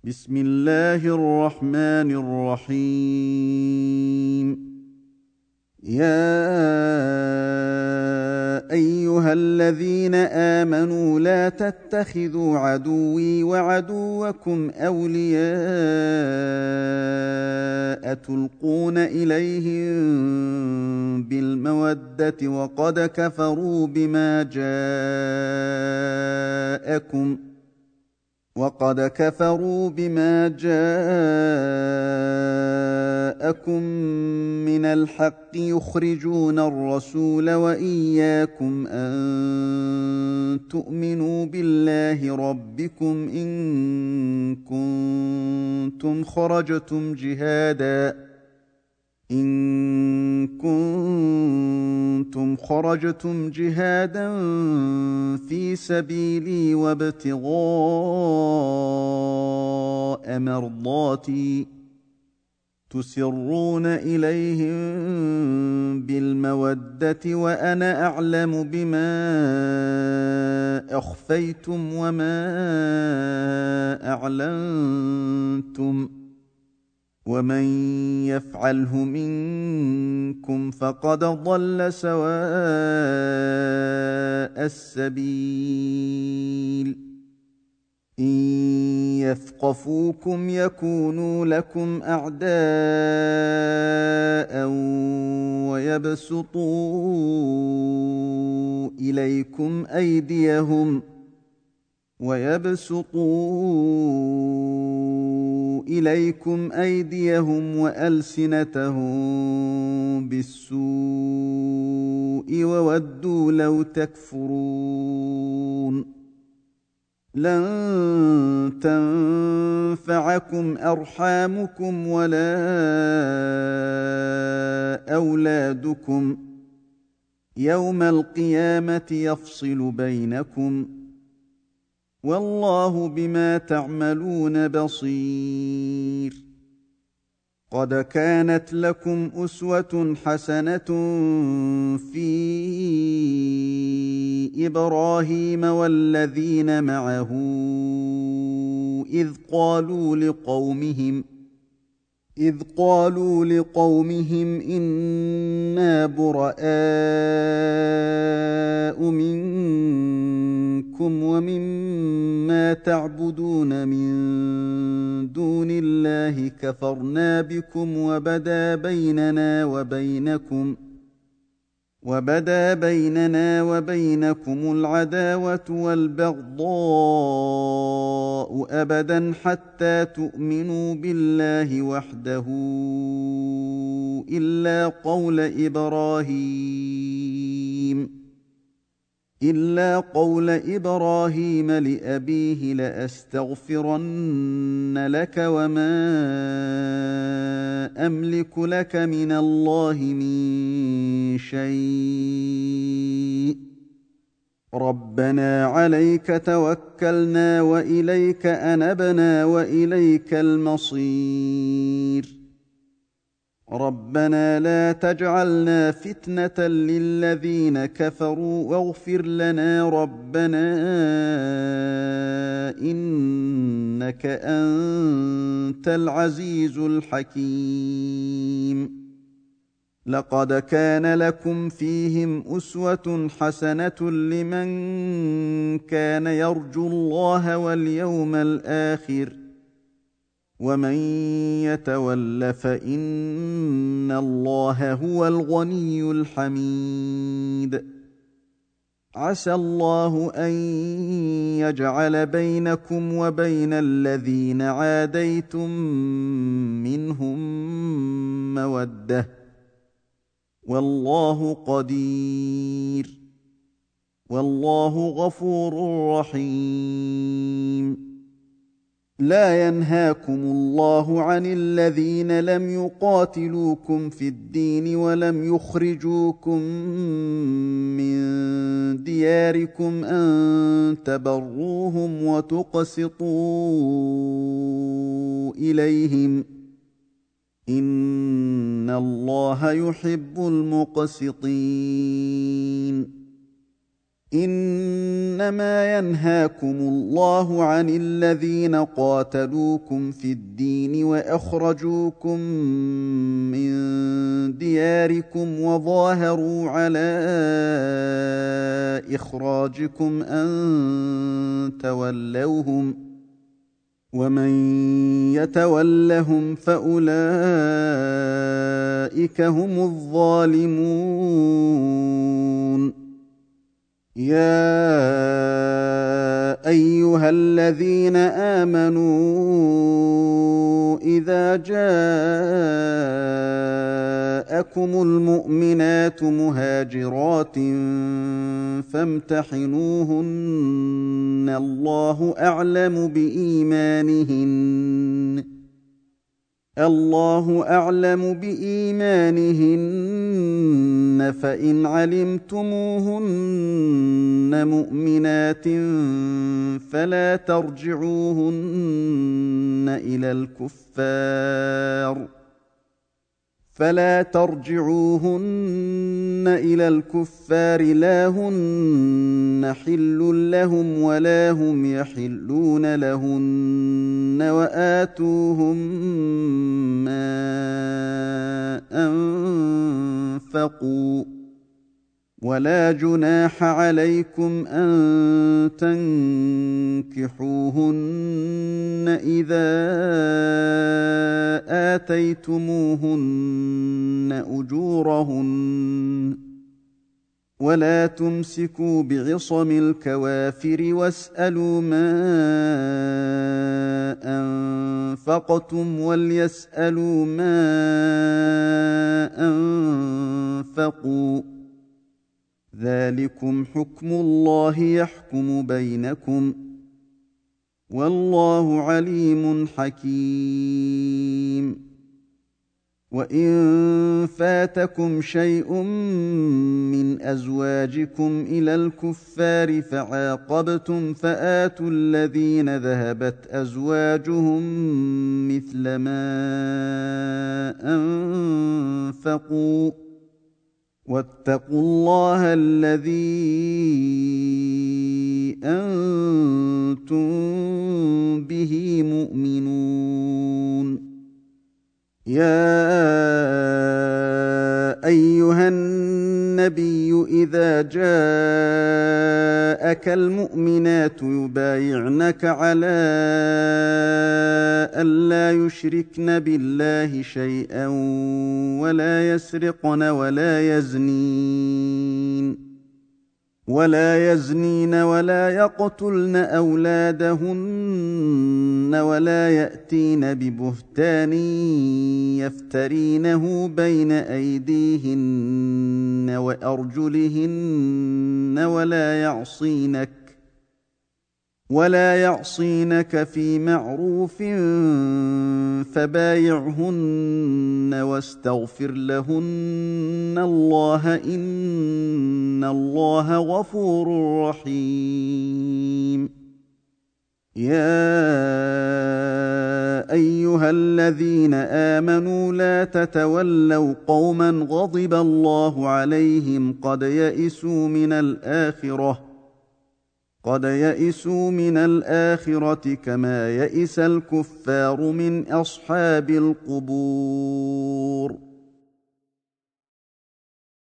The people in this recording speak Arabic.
بسم الله الرحمن الرحيم. يا أيها الذين آمنوا لا تتخذوا عدوي وعدوكم أولياء تلقون إليهم بالمودة وقد كفروا بما جاءكم من الحق يخرجون الرسول وإياكم أن تؤمنوا بالله ربكم إن كنتم خرجتم جهادا في سبيلي وابتغاء مرضاتي تسرون إليهم بالمودة وأنا أعلم بما أخفيتم وما أعلنتم ومن يفعله منكم فقد ضل سواء السبيل. إن يثقفوكم يكونوا لكم أعداء ويبسطوا إليكم أيديهم وألسنتهم بالسوء وودوا لو تكفرون. لن تنفعكم أرحامكم ولا أولادكم يوم القيامة يفصل بينكم والله بما تعملون بصير. قد كانت لكم أسوة حسنة في إبراهيم والذين معه إذ قالوا لقومهم إنا براء منكم ومما تعبدون من دون الله كفرنا بكم وبدا بيننا وبينكم العداوة والبغضاء أبدا حتى تؤمنوا بالله وحده إلا قول إبراهيم لأبيه لأستغفرن لك وما أملك لك من الله من شيء ربنا عليك توكلنا وإليك أنبنا وإليك المصير. ربنا لا تجعلنا فتنة للذين كفروا واغفر لنا ربنا إنك أنت العزيز الحكيم. لقد كان لكم فيهم أسوة حسنة لمن كان يرجو الله واليوم الآخر ومن يتول فإن الله هو الغني الحميد. عسى الله أن يجعل بينكم وبين الذين عاديتم منهم مودة والله قدير والله غفور رحيم. لا ينهاكم الله عن الذين لم يقاتلوكم في الدين ولم يخرجوكم من دياركم أن تبروهم وتقسطوا إليهم إن الله يحب المقسطين. انما ينهاكم الله عن الذين قاتلوكم في الدين واخرجوكم من دياركم وظاهروا على اخراجكم ان تولوهم ومن يتولهم فاولئك هم الظالمون. يا ايها الذين امنوا اذا جاءكم المؤمنات مهاجرات فامتحنوهن الله اعلم بايمانهن فان علمتموهن مؤمنات فلا ترجعوهن الى الكفار لا هن حل لهم ولا هم يحلون لهن وآتوهم ما أنفقوا ولا جناح عليكم أن تنكحوهن إذا آتيتموهن أجورهن ولا تمسكوا بعصم الكوافر واسألوا ما أنفقتم وليسألوا ما أنفقوا ذلكم حكم الله يحكم بينكم والله عليم حكيم. وإن فاتكم شيء من أزواجكم إلى الكفار فعاقبتم فآتوا الذين ذهبت أزواجهم مثل ما أنفقوا واتقوا الله الذي أنتم به مؤمنون. يا أيها النبي إذا جاءك المؤمنات يبايعنك على ألا يشركن بالله شيئا ولا يسرقن ولا يزنين ولا يقتلن أولادهن ولا يأتين ببهتان يفترينه بين أيديهن وأرجلهن ولا يعصينك في معروف فبايعهن واستغفر لهن الله إن الله غفور رحيم. يا أيها الذين آمنوا لا تتولوا قوما غضب الله عليهم قد يئسوا من الآخرة كما يئس الكفار من أصحاب القبور.